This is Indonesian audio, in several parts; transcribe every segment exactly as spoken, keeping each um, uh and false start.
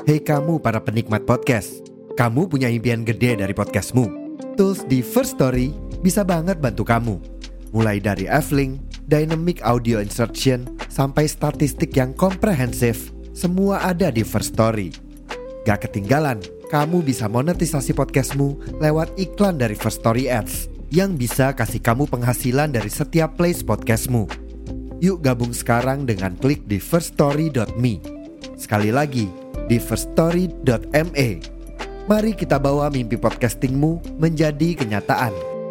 Hei kamu para penikmat podcast, kamu punya impian gede dari podcastmu. Tools di First Story bisa banget bantu kamu. Mulai dari F-Link, Dynamic Audio Insertion, sampai statistik yang komprehensif, semua ada di First Story. Gak ketinggalan, kamu bisa monetisasi podcastmu lewat iklan dari First Story Ads yang bisa kasih kamu penghasilan dari setiap plays podcastmu. Yuk gabung sekarang dengan klik di first story dot me. Sekali lagi, di first story dot me. Mari kita bawa mimpi podcastingmu menjadi kenyataan.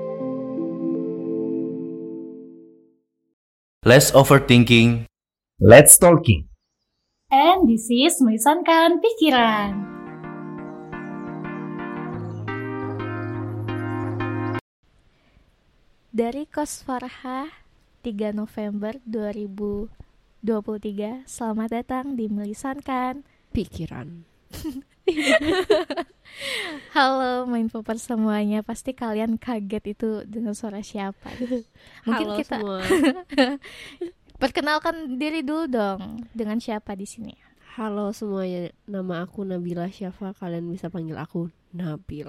Less overthinking, Let's talking. And this is Melisankan Pikiran. Dari Kos Farha, tiga November dua ribu dua puluh tiga. Selamat datang di Melisankan Pikiran. Halo main popper semuanya, pasti kalian kaget itu dengan suara siapa. Mungkin Halo kita semua. perkenalkan diri dulu dong, dengan siapa di sini? Halo semuanya, nama aku Nabila Syafa. Kalian bisa panggil aku Nabil.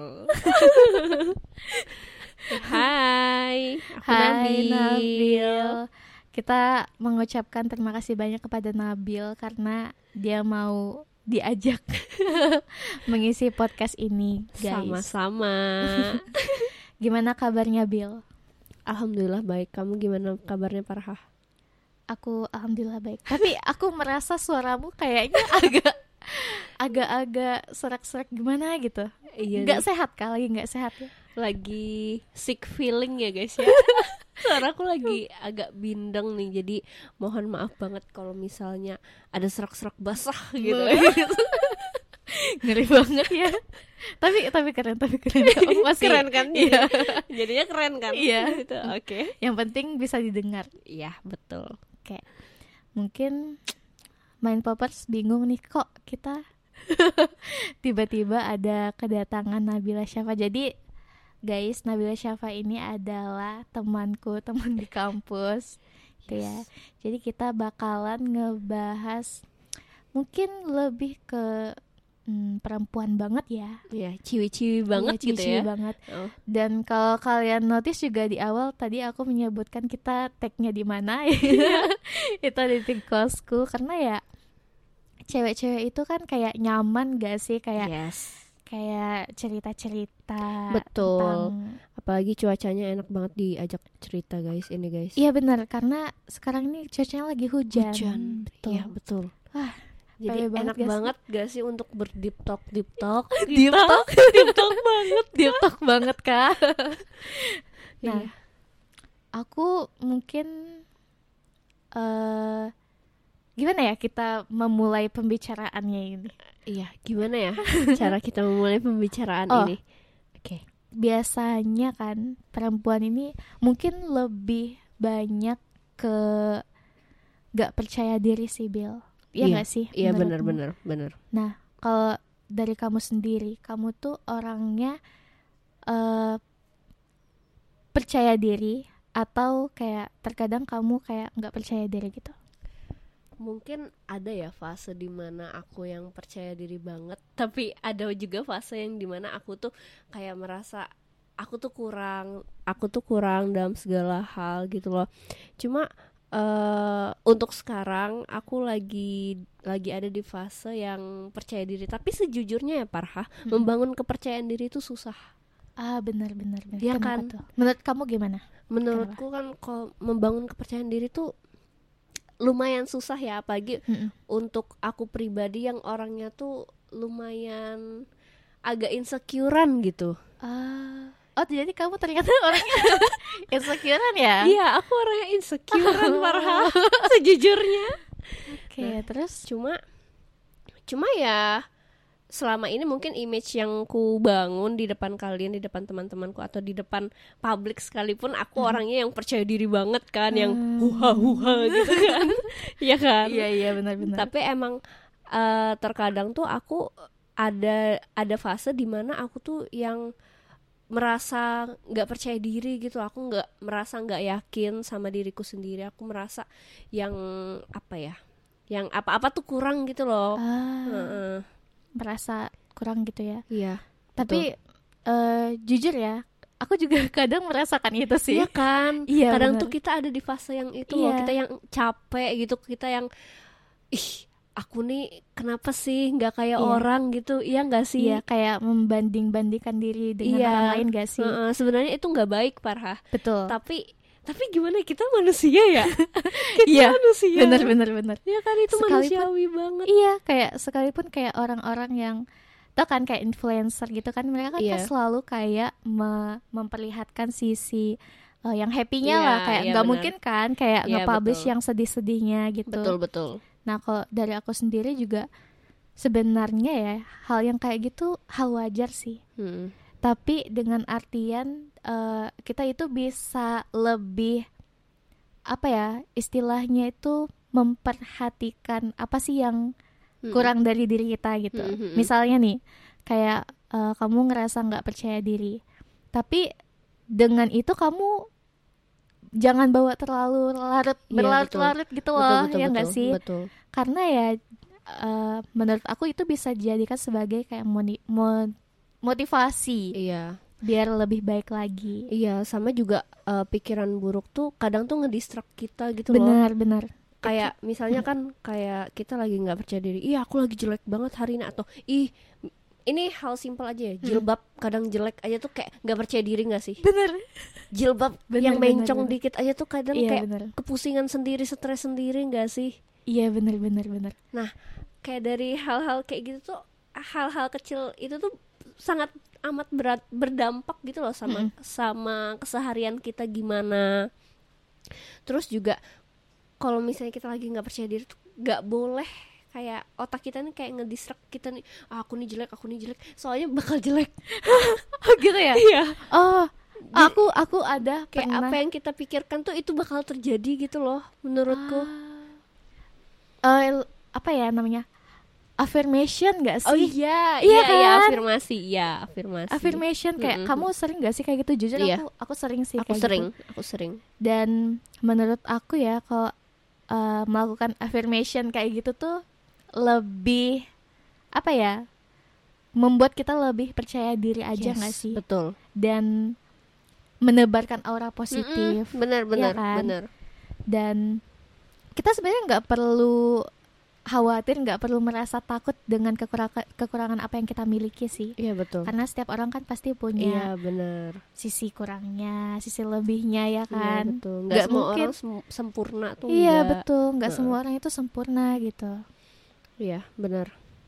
Hai, aku Hai Nabil. Nabil. Kita mengucapkan terima kasih banyak kepada Nabil karena dia mau diajak mengisi podcast ini, guys. Sama-sama. Gimana kabarnya, Bil? Alhamdulillah baik. Kamu gimana kabarnya, Farha? Aku alhamdulillah baik. Tapi aku merasa suaramu kayaknya agak agak-agak serak-serak gimana gitu. Iya. Gak sehat kali, gak sehat ya. Lagi sick feeling ya guys ya. Suaraku lagi agak bindeng nih. Jadi mohon maaf banget kalau misalnya ada serak-serak basah gitu. Ngeri banget ya. Tapi tapi keren, tapi keren. Oh, masih Keren kan? Iya. Jadinya keren kan? Iya. Gitu. Oke. Yang penting bisa didengar. Iya, betul. Oke. Mungkin main poppers bingung nih, kok kita tiba-tiba ada kedatangan Nabila Syafa. Jadi guys, Nabila Syafa ini adalah temanku, teman di kampus. Gitu ya. Jadi kita bakalan ngebahas mungkin lebih ke hmm, perempuan banget ya. Iya, ciwi-ciwi banget Iya, gitu ciwi-ciwi ya. banget. Oh. Dan kalau kalian notice juga di awal tadi aku menyebutkan kita tag-nya di mana. Itu di tik kosku karena ya cewek-cewek itu kan kayak nyaman gak sih, kayak Yes. kayak cerita-cerita. Betul. tentang- Apalagi cuacanya enak banget diajak cerita guys, ini guys. Iya benar, karena sekarang ini cuacanya lagi hujan. Hujan. Betul. Iya, betul. Wah, Jadi pede banget enak gak sih? banget gak sih untuk berdip talk, deep talk? Deep talk. deep talk banget. Deep talk banget kak. Nah, Iya. aku mungkin eh gimana ya kita memulai pembicaraannya ini? Iya, gimana ya cara kita memulai pembicaraan Oh. ini? Oke. Biasanya kan perempuan ini mungkin lebih banyak ke gak percaya diri sih, Bil. Iya Iya, gak sih? Iya, menurutmu? benar-benar, benar. Nah, kalau dari kamu sendiri, kamu tuh orangnya eh percaya diri atau kayak terkadang kamu kayak nggak percaya diri gitu? Mungkin ada ya fase dimana aku yang percaya diri banget, tapi ada juga fase yang dimana aku tuh kayak merasa aku tuh kurang, aku tuh kurang dalam segala hal gitu loh. Cuma uh, untuk sekarang aku lagi lagi ada di fase yang percaya diri. Tapi sejujurnya ya Farha, Hmm. membangun kepercayaan diri itu susah. Ah benar-benar. Iya Kenapa kan? tuh? Menurut kamu gimana? Menurutku kan kalau membangun kepercayaan diri tuh lumayan susah ya, apalagi Mm-mm. untuk aku pribadi yang orangnya tuh lumayan agak insecurean gitu. Ah, oh jadi kamu ternyata orangnya insecurean ya? Iya, aku orangnya insecurean Farha, sejujurnya. Oke, Nah, terus? Cuma cuma ya selama ini mungkin image yang ku bangun di depan kalian, di depan teman-temanku atau di depan publik sekalipun, aku Hmm. orangnya yang percaya diri banget kan, yang Hmm. huha-huha gitu kan. Iya kan? Iya iya benar-benar. Tapi emang uh, terkadang tuh aku ada ada fase di mana aku tuh yang merasa nggak percaya diri gitu. Aku nggak merasa nggak yakin sama diriku sendiri. Aku merasa yang apa ya, yang apa-apa tuh kurang gitu loh. Ah, Heeh. merasa kurang gitu ya. Iya. Tapi uh, jujur ya, aku juga kadang merasakan itu sih. Iya kan? Iya, kadang bener. tuh kita ada di fase yang itu Iya. loh, kita yang capek gitu, kita yang ih, aku nih kenapa sih nggak kayak Iya. orang gitu, iya nggak sih? Iya, kayak membanding-bandingkan diri dengan Iya. orang lain gak sih? Uh-uh, sebenarnya itu nggak baik, Farha. Betul. Tapi tapi gimana, kita manusia ya? Kita Iya, manusia. Bener bener bener. Ya kan, itu Sekalipun- manusiawi banget. Iya, kayak sekalipun kayak orang-orang yang tau kan kayak influencer gitu kan, mereka kan Iya. selalu kayak me- memperlihatkan sisi uh, yang happy-nya Iya, lah, kayak iya, nggak benar. mungkin kan kayak Iya, nge-publish betul. yang sedih-sedihnya gitu. Betul betul. Nah, kalau dari aku sendiri juga sebenarnya ya hal yang kayak gitu hal wajar sih. Hmm. Tapi dengan artian uh, kita itu bisa lebih apa ya istilahnya itu memperhatikan apa sih yang Hmm. kurang dari diri kita gitu. Hmm, hmm, hmm. Misalnya nih kayak uh, kamu ngerasa nggak percaya diri, tapi dengan itu kamu jangan bawa terlalu larut Iya, berlarut-larut gitu Betul, loh, betul, ya nggak betul, sih? Betul. Karena ya uh, menurut aku itu bisa dijadikan sebagai kayak moni- mo- motivasi Iya. biar lebih baik lagi. Iya, sama juga uh, pikiran buruk tuh kadang tuh ngedistract kita gitu loh. Benar-benar. Kayak misalnya kan kayak kita lagi nggak percaya diri, ih aku lagi jelek banget hari ini, atau ih ini hal simpel aja ya, jilbab kadang jelek aja tuh kayak nggak percaya diri nggak sih? Bener. Jilbab Bener, yang bener, mencong bener. dikit aja tuh kadang Iya kayak bener. kepusingan sendiri, stres sendiri nggak sih? Iya bener-bener bener. Kayak dari hal-hal kayak gitu tuh, hal-hal kecil itu tuh sangat amat berat berdampak gitu loh sama Mm-mm. sama keseharian kita gimana. Terus juga kalau misalnya kita lagi nggak percaya diri tuh nggak boleh kayak otak kita nih kayak ngedistract kita nih, ah, aku nih jelek, aku nih jelek, soalnya bakal jelek. Oh gitu ya? Iya. Oh, aku aku ada Kayak pernah apa yang kita pikirkan tuh itu bakal terjadi gitu loh menurutku. Ah. Eh, apa ya namanya? Affirmation gak sih? Oh iya, Iya iya, iya, kan? afirmasi, iya, afirmasi. Affirmation kayak Mm-mm. kamu sering gak sih kayak gitu? Jujur Iya. aku aku sering sih Aku kayak sering, gitu. aku sering. Dan menurut aku ya kalau uh, melakukan affirmation kayak gitu tuh lebih apa ya? Membuat kita lebih percaya diri aja Yes, gak sih? Betul. Dan menebarkan aura positif. Mm-mm, bener, bener, kan? bener. Dan kita sebenarnya nggak perlu khawatir, nggak perlu merasa takut dengan kekurangan kekurangan apa yang kita miliki sih, Iya betul. karena setiap orang kan pasti Iya punya bener. sisi kurangnya, sisi lebihnya ya Iya kan. betul. Nggak Nggak semua mungkin. orang sem- sempurna tuh. Iya nggak. betul, nggak Heeh. semua orang itu sempurna gitu. Iya bener.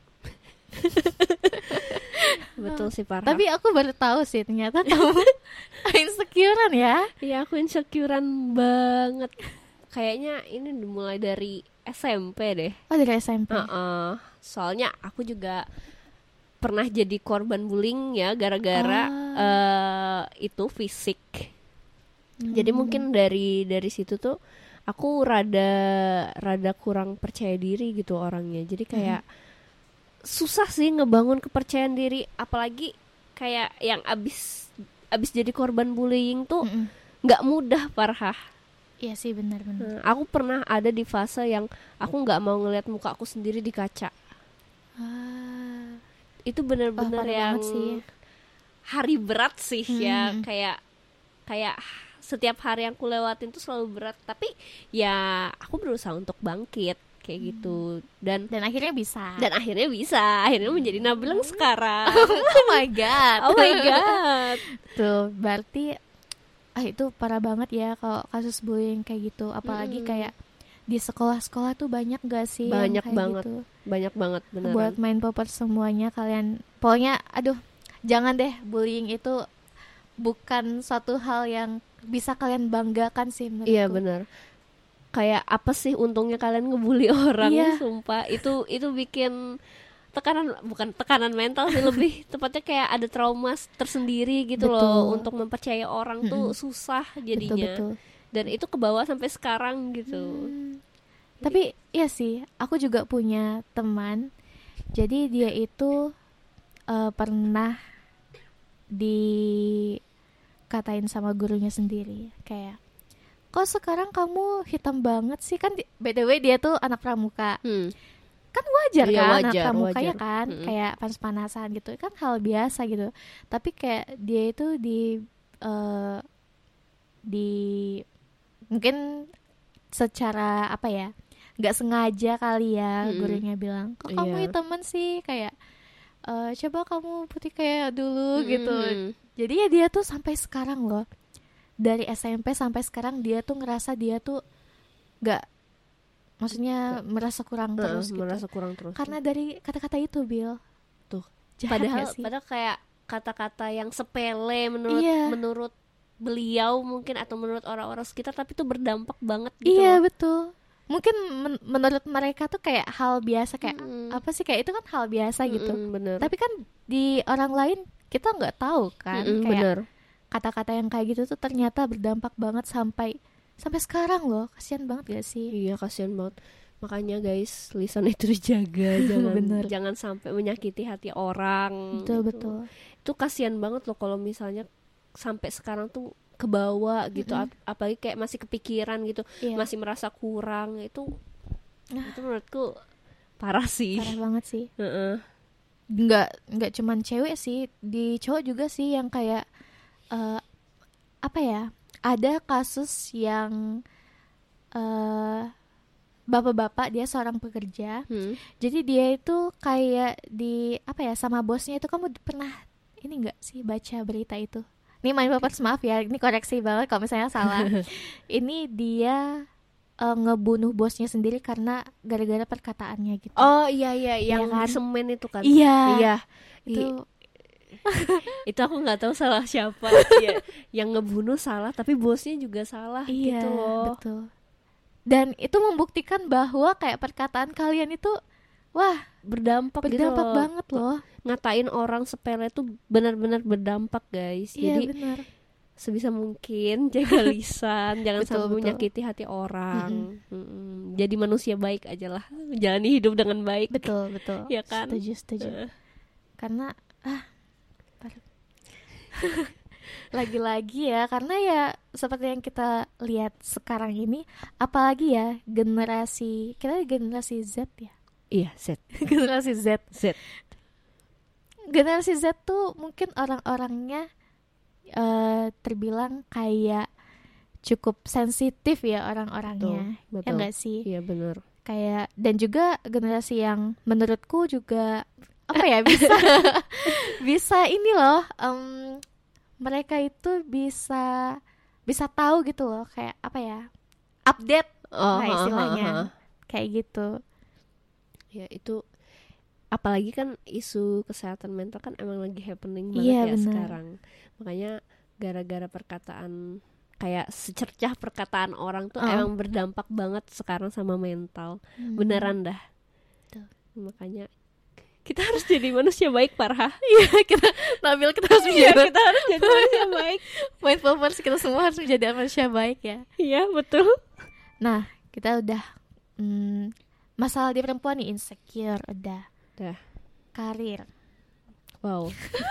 Betul sih Farha. Tapi aku baru tahu sih ternyata kamu insecurean ya. iya aku insecurean banget. Kayaknya ini mulai dari S M P deh. Oh dari S M P. Heeh. Soalnya aku juga pernah jadi korban bullying ya gara-gara Ah. eh, itu fisik. Jadi Hmm. mungkin dari dari situ tuh aku rada rada kurang percaya diri gitu orangnya. Jadi kayak susah sih ngebangun kepercayaan diri, apalagi kayak yang abis abis jadi korban bullying tuh Mm-mm. nggak mudah, Farha. Iya sih benar-benar. Nah, aku pernah ada di fase yang aku nggak mau ngelihat muka aku sendiri di kaca. Ah. Itu Wah, bener-bener parah yang banget sih. hari berat sih ya, Hmm. kayak kayak setiap hari yang aku lewatin tuh selalu berat, tapi ya aku berusaha untuk bangkit kayak gitu, dan Dan akhirnya bisa. dan akhirnya bisa, akhirnya menjadi Nabila yang sekarang. Oh my god. Oh my god. Tuh, berarti ah itu parah banget ya kalau kasus bullying kayak gitu. Apalagi Mm. kayak di sekolah-sekolah tuh banyak gak sih yang Banyak kayak banget, gitu. Banyak banget beneran. Buat main popper semuanya kalian. Pokoknya aduh, jangan deh, bullying itu bukan suatu hal yang bisa kalian banggakan sih menurutku. Iya benar. Kayak apa sih untungnya kalian ngebully orang? Iya. Sumpah itu itu bikin tekanan, bukan tekanan mental sih, lebih tepatnya kayak ada trauma tersendiri gitu Betul. loh, untuk mempercayai orang tuh Mm-mm. susah jadinya. Betul-betul. Dan itu ke bawah sampai sekarang gitu. Hmm. Tapi iya sih, aku juga punya teman. Jadi dia itu eh, pernah dikatain sama gurunya sendiri, kayak kok sekarang kamu hitam banget sih, kan di- by the way dia tuh anak pramuka. Hmm. kan wajar Iya, kan wajar, pramuka ya wajar. kan Mm-mm. kayak panas-panasan gitu kan hal biasa gitu tapi kayak dia itu di eh, di mungkin secara apa ya nggak sengaja kali ya Mm-mm. gurunya bilang kok kamu Iya. hitaman sih kayak eh, coba kamu putih kayak dulu gitu Mm-mm. jadi ya dia tuh sampai sekarang loh dari S M P sampai sekarang dia tuh ngerasa dia tuh nggak maksudnya merasa kurang Heeh, terus gitu merasa kurang terus. karena dari kata-kata itu Bill Tuh. jahat padahal gak sih? padahal kayak kata-kata yang sepele menurut Iya. menurut beliau mungkin atau menurut orang-orang sekitar tapi itu berdampak banget gitu Iya loh. betul. Mungkin men- menurut mereka tuh kayak hal biasa kayak Mm-mm. apa sih kayak itu kan hal biasa gitu. Mm-mm, bener. Tapi kan di orang lain kita nggak tahu kan Mm-mm, kayak bener. kata-kata yang kayak gitu tuh ternyata berdampak banget sampai sampai sekarang loh. Kasihan banget gak sih? Iya, kasihan banget. Makanya guys, lisan itu dijaga, jangan Bener. jangan sampai menyakiti hati orang. Betul gitu. betul. Itu kasihan banget loh kalau misalnya sampai sekarang tuh kebawa gitu, Mm-mm. ap- apalagi kayak masih kepikiran gitu, Iya. masih merasa kurang itu. Ah. Itu menurutku parah sih. Parah banget sih. Heeh. Nggak nggak cuman cewek sih, di cowok juga sih yang kayak eh, apa ya? Ada kasus yang eh bapak-bapak dia seorang pekerja. Hmm. Jadi dia itu kayak di apa ya sama bosnya itu kamu pernah ini nggak sih baca berita itu? Ini main papers maaf ya, ini koreksi banget kalau misalnya salah. Ini dia eh, ngebunuh bosnya sendiri karena gara-gara perkataannya gitu. Oh iya iya yang Iya kan? di semen itu kan. Iya. Iya. Itu I- itu aku nggak tahu salah siapa. Iya, yang ngebunuh salah tapi bosnya juga salah iya gitu loh. betul. Dan itu membuktikan bahwa kayak perkataan kalian itu wah Berdampak, gitu berdampak loh. banget loh. Ngatain orang sepele tuh benar-benar berdampak guys. Iya Jadi benar. sebisa mungkin jaga lisan, jangan Betul, sampai betul. menyakiti hati orang. Mm-mm. Jadi manusia baik aja lah, jalani hidup dengan baik. Betul betul. Iya kan? Setuju setuju. Eh. Karena ah parah. Lagi-lagi ya karena ya seperti yang kita lihat sekarang ini apalagi ya generasi kita generasi Z ya. Iya, set, Generasi Z. set. Generasi Z tuh mungkin orang-orangnya eh, terbilang kayak cukup sensitif ya orang-orangnya. Betul, betul. Ya enggak sih? Iya benar. Kayak dan juga generasi yang menurutku juga apa ya bisa bisa ini loh em, mereka itu bisa bisa tahu gitu loh kayak apa ya update Oh, lah ha, ha, istilahnya ha. kayak gitu. Ya itu apalagi kan isu kesehatan mental kan emang lagi happening banget Iya, ya benar. sekarang. Makanya gara-gara perkataan kayak secercah perkataan orang tuh Oh. emang berdampak banget sekarang sama mental. Hmm. Beneran dah. Betul. Makanya kita harus jadi manusia baik, Farha. Iya kita Nabil kita harus Iya, menjadi kita harus jadi manusia baik. mindfulness kita semua harus menjadi manusia baik ya. Iya, betul. Nah kita udah hmm, masalah di perempuan nih insecure udah. Udah. Karir Wow.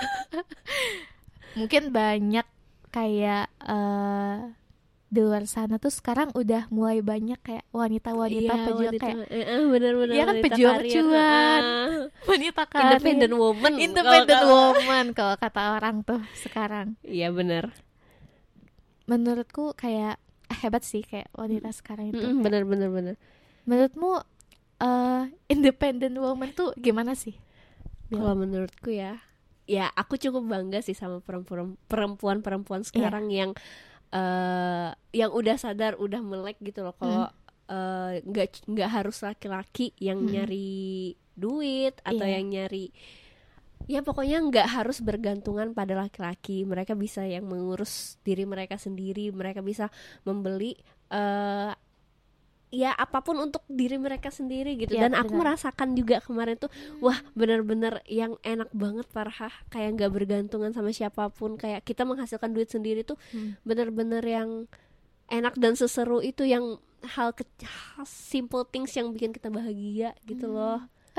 mungkin banyak kayak eh di luar sana tuh sekarang udah mulai banyak kayak wanita-wanita Iya, pejuang wanita- kayak eh, eh, bener-bener Iya kan, wanita pejuang karir. cuan. Ah. wanita karir Independent woman. independent Kalau- kalau- woman kalau kata orang tuh sekarang. Iya benar. Menurutku kayak eh, hebat sih kayak wanita sekarang itu. Mm-mm, Kayak, benar benar benar. menurutmu eh independent woman tuh gimana sih? Kalau menurutku ya, ya aku cukup bangga sih sama perempuan perempuan-perempuan sekarang yang eh yang udah sadar, udah melek gitu loh. Kalau eh, nggak nggak harus laki-laki yang Hmm. nyari duit atau Iya. yang nyari, ya pokoknya nggak harus bergantungan pada laki-laki. Mereka bisa yang mengurus diri mereka sendiri. Mereka bisa membeli eh ya apapun untuk diri mereka sendiri gitu. Iya, Dan aku benar. merasakan juga kemarin tuh, wah benar-benar yang enak banget Farha, kayak nggak bergantungan sama siapapun, kayak kita menghasilkan duit sendiri tuh Hmm. benar-benar yang enak dan seseru itu, yang hal kecil, simple things yang bikin kita bahagia gitu loh. Oh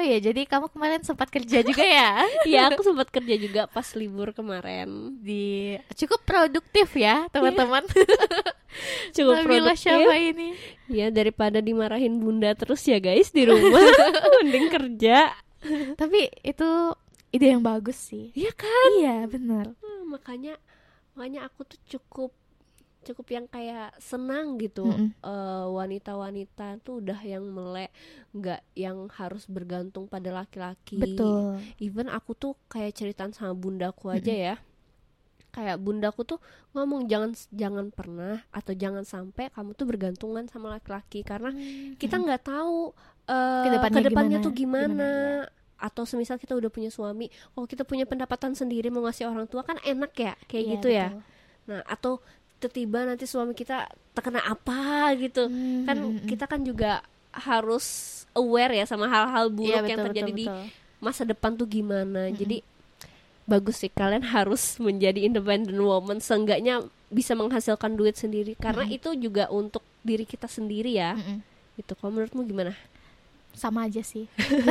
Oh ya, jadi kamu kemarin sempat kerja juga ya? Iya, aku sempat kerja juga pas libur kemarin. Di cukup produktif ya, teman-teman. Cukup Nabila produktif. Syafa ini. Ya, daripada dimarahin bunda terus ya guys di rumah, mending kerja. Tapi itu ide yang bagus sih. Iya kan? Iya, benar. Hmm, makanya makanya aku tuh cukup cukup yang kayak senang gitu. Mm-mm. Eh, wanita-wanita tuh udah yang melek, nggak yang harus bergantung pada laki-laki. Betul. Even aku tuh kayak ceritaan sama bundaku aja ya. Kayak bundaku tuh ngomong jangan jangan pernah atau jangan sampai kamu tuh bergantungan sama laki-laki karena kita nggak tahu eh, Kedepannya kedepannya gimana, tuh gimana. gimana, Atau semisal kita udah punya suami, kalau kita punya pendapatan sendiri mau ngasih orang tua kan enak ya kayak Iya, gitu ya. betul. Nah, atau tiba-tiba nanti suami kita terkena apa gitu. Hmm, Kan hmm, hmm. kita kan juga harus aware ya sama hal-hal buruk Iya, yang betul, terjadi betul, di betul. masa depan tuh gimana. Jadi bagus sih kalian harus menjadi independent woman, seenggaknya bisa menghasilkan duit sendiri karena itu juga untuk diri kita sendiri ya. Mm-mm. Itu kalau menurutmu gimana? Sama aja sih.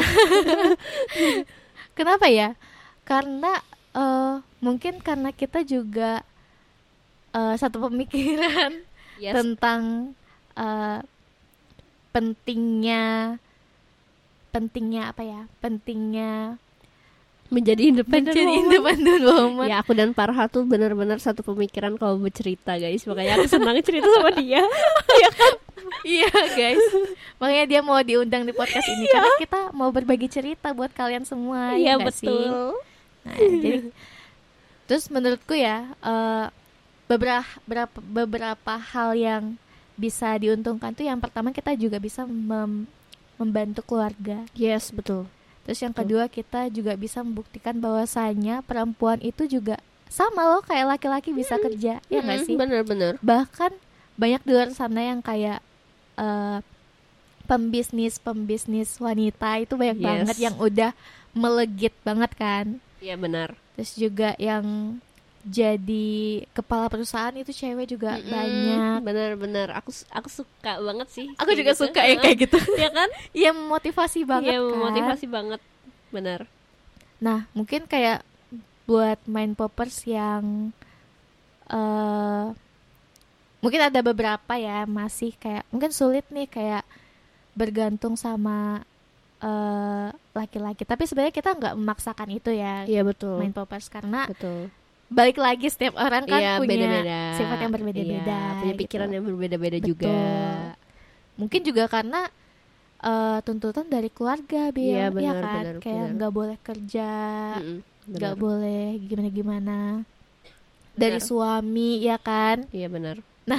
Kenapa ya? Karena eh, mungkin karena kita juga eh, satu pemikiran Yes. tentang eh, pentingnya pentingnya apa ya? Pentingnya Menjadi independent menjadi woman. independent woman. Ya, aku dan Farha tuh benar-benar satu pemikiran kalau bercerita guys, makanya aku senang cerita sama dia. Iya guys, makanya dia mau diundang di podcast ini karena kita mau berbagi cerita buat kalian semua. Iya, ya nggak sih? betul. Nah, jadi terus menurutku ya eh, beberapa beberapa beberapa hal yang bisa diuntungkan tuh yang pertama kita juga bisa mem- membantu keluarga. Yes, betul. Terus yang Betul. kedua kita juga bisa membuktikan bahwasanya perempuan itu juga sama loh kayak laki-laki bisa kerja, ya nggak sih? Bener-bener. Bahkan banyak di luar sana yang kayak eh, pembisnis-pembisnis wanita itu banyak Yes. banget yang udah melegit banget kan. Iya benar. Terus juga yang jadi kepala perusahaan itu cewek juga Mm-mm, banyak. Bener-bener. Aku su- aku suka banget sih. Aku kayak juga gitu. suka yang kayak gitu. Iya kan? Iya memotivasi banget Iya, kan. memotivasi banget. Benar. Nah mungkin kayak buat mind poppers yang eh mungkin ada beberapa ya masih kayak mungkin sulit nih kayak bergantung sama eh, laki-laki. Tapi sebenarnya kita nggak memaksakan itu ya, Iya betul. mind poppers, karena Betul. balik lagi setiap orang kan Iya, punya beda-beda. sifat yang berbeda-beda, Iya, punya gitu. pikiran yang berbeda-beda Betul. juga. Mungkin juga karena eh, tuntutan dari keluarga, Bil, Iya, ya benar, kan, benar, kayak benar. nggak boleh kerja, Mm-mm, nggak benar. boleh gimana-gimana dari Benar. suami, ya kan. Iya benar.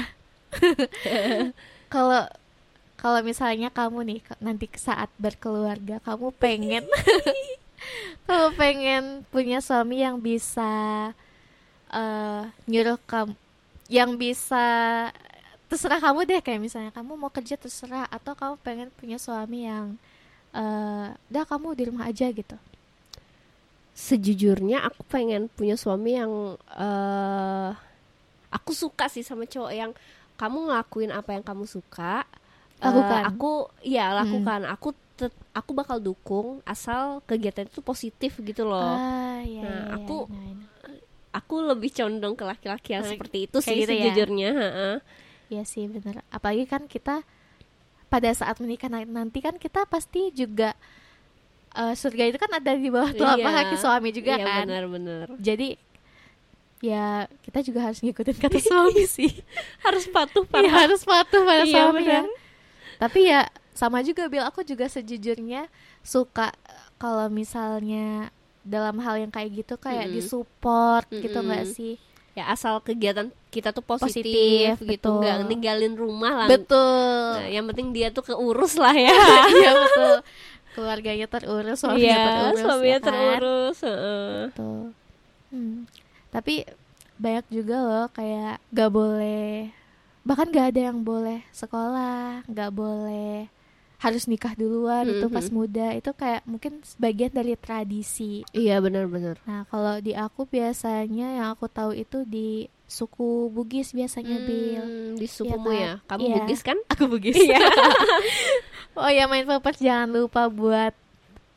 Kalau kalau misalnya kamu nih ke- nanti saat berkeluarga, kamu pengen kamu pengen punya suami yang bisa eh, nyuruh kamu, yang bisa terserah kamu deh, kayak misalnya kamu mau kerja terserah, atau kamu pengen punya suami yang eh udah kamu di rumah aja gitu. Sejujurnya aku pengen punya suami yang eh aku suka sih sama cowok yang kamu ngelakuin apa yang kamu suka. Eh, Lakukan. aku iya lakukan. Aku tet- aku bakal dukung asal kegiatan itu positif gitu loh. Ah, iya, Nah, iya, iya, aku- I know, I know. Aku lebih condong ke laki-laki yang Kayak- seperti itu kayak sih gitu ya? sejujurnya. heeh. Iya sih bener. Apalagi kan kita pada saat menikah na- nanti kan kita pasti juga eh, surga itu kan ada di bawah telapak Iya. kaki suami juga Iya, kan. benar-benar. Jadi ya kita juga harus ngikutin kata suami sih. Harus patuh Iya, pada harus patuh pada Iya, suami ya. benar. Tapi ya sama juga Bil, aku juga sejujurnya suka eh, kalau misalnya dalam hal yang kayak gitu kayak Mm-mm. disupport gitu Mm-mm. nggak sih? Ya asal kegiatan kita tuh positif, Positif, gitu, betul. nggak ninggalin rumah lah. Betul. Nah, yang penting dia tuh keurus lah ya. Iya betul. Keluarganya terurus, suaminya Iya, terurus. suaminya ya kan? terurus. heeh. Betul. Hmm. Tapi banyak juga loh kayak gak boleh, bahkan gak ada yang boleh sekolah, gak boleh harus nikah duluan itu pas Mhm. muda. Itu kayak mungkin sebagian dari tradisi. Iya benar-benar. Nah kalau di aku biasanya yang aku tahu itu di suku Bugis biasanya Bil. Hmm, di sukumu kan? ya. Kamu Iya. Bugis kan? Aku Bugis. Iya. Oh ya main Popers jangan lupa buat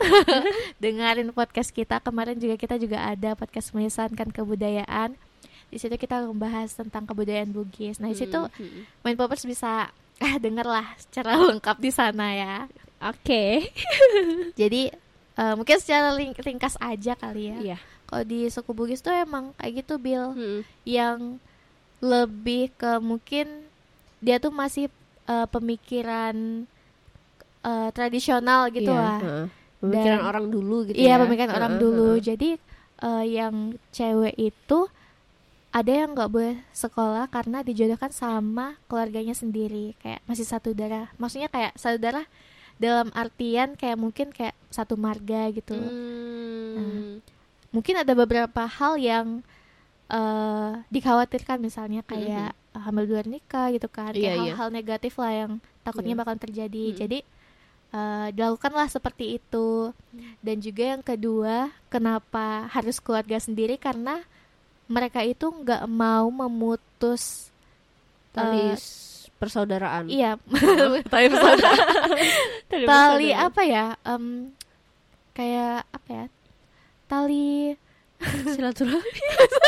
dengerin podcast kita. Kemarin juga kita juga ada podcast Melisankan Kebudayaan. Di situ kita membahas tentang kebudayaan Bugis. Nah, di situ Hmm. Mind Poppers bisa ah denger lah secara lengkap di sana ya. Oke. Jadi uh, mungkin secara ring- ringkas aja kali ya. Iya. Kalau di suku Bugis tuh emang kayak gitu, Bill. Hmm. Yang lebih ke mungkin dia tuh masih uh, pemikiran uh, tradisional gitu Iya, lah. heeh. Pemikiran Dan- orang dulu gitu Iya, ya. pemikiran orang Heeh, dulu. heeh. Jadi uh, yang cewek itu ada yang nggak boleh sekolah karena dijodohkan sama keluarganya sendiri, kayak masih satu darah. Maksudnya kayak satu darah dalam artian kayak mungkin kayak satu marga gitu. Hmm. Mungkin ada beberapa hal yang uh, dikhawatirkan, misalnya kayak hamil di luar nikah gitu kan, Iya, kayak iya. hal-hal negatif lah yang takutnya Iya. bakal terjadi. Mm-mm. Jadi uh, dilakukanlah seperti itu. Dan juga yang kedua, kenapa harus keluarga sendiri, karena mereka itu nggak mau memutus Tali uh, s- persaudaraan. iya tali persaudaraan. Tali Tali persaudaraan. apa ya, Em, kayak apa ya, tali Silaturahmi.